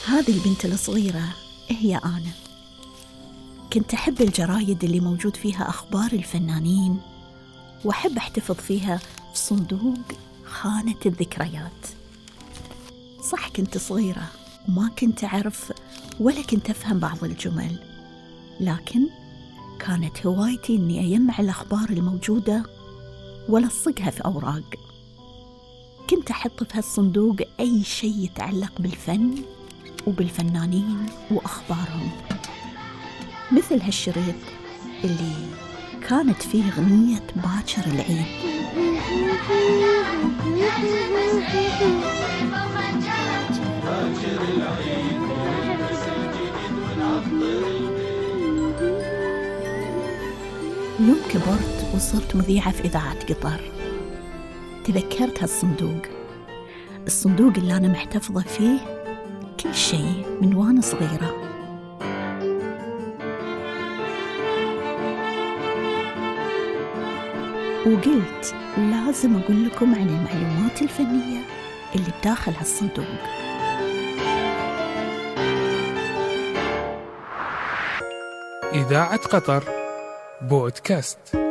هذه البنت الصغيرة هي أنا. كنت أحب الجرايد اللي موجود فيها أخبار الفنانين، وأحب أحتفظ فيها في صندوق خانة الذكريات. صح كنت صغيرة وما كنت أعرف ولا كنت أفهم بعض الجمل، لكن كانت هوايتي أني أجمع الأخبار الموجودة ولصقها في أوراق. كنت أحط في هالصندوق أي شيء يتعلق بالفن وبالفنانين وأخبارهم، مثل هالشريط اللي كانت فيه أغنية باكر العيد. يوم كبرت وصرت مذيعة في إذاعة قطر، تذكرت الصندوق اللي أنا محتفظة فيه كل شيء من وأنا صغيرة. وقلت لازم أقول لكم عن المعلومات الفنية اللي بداخل هالصندوق. إذاعة قطر بودكاست.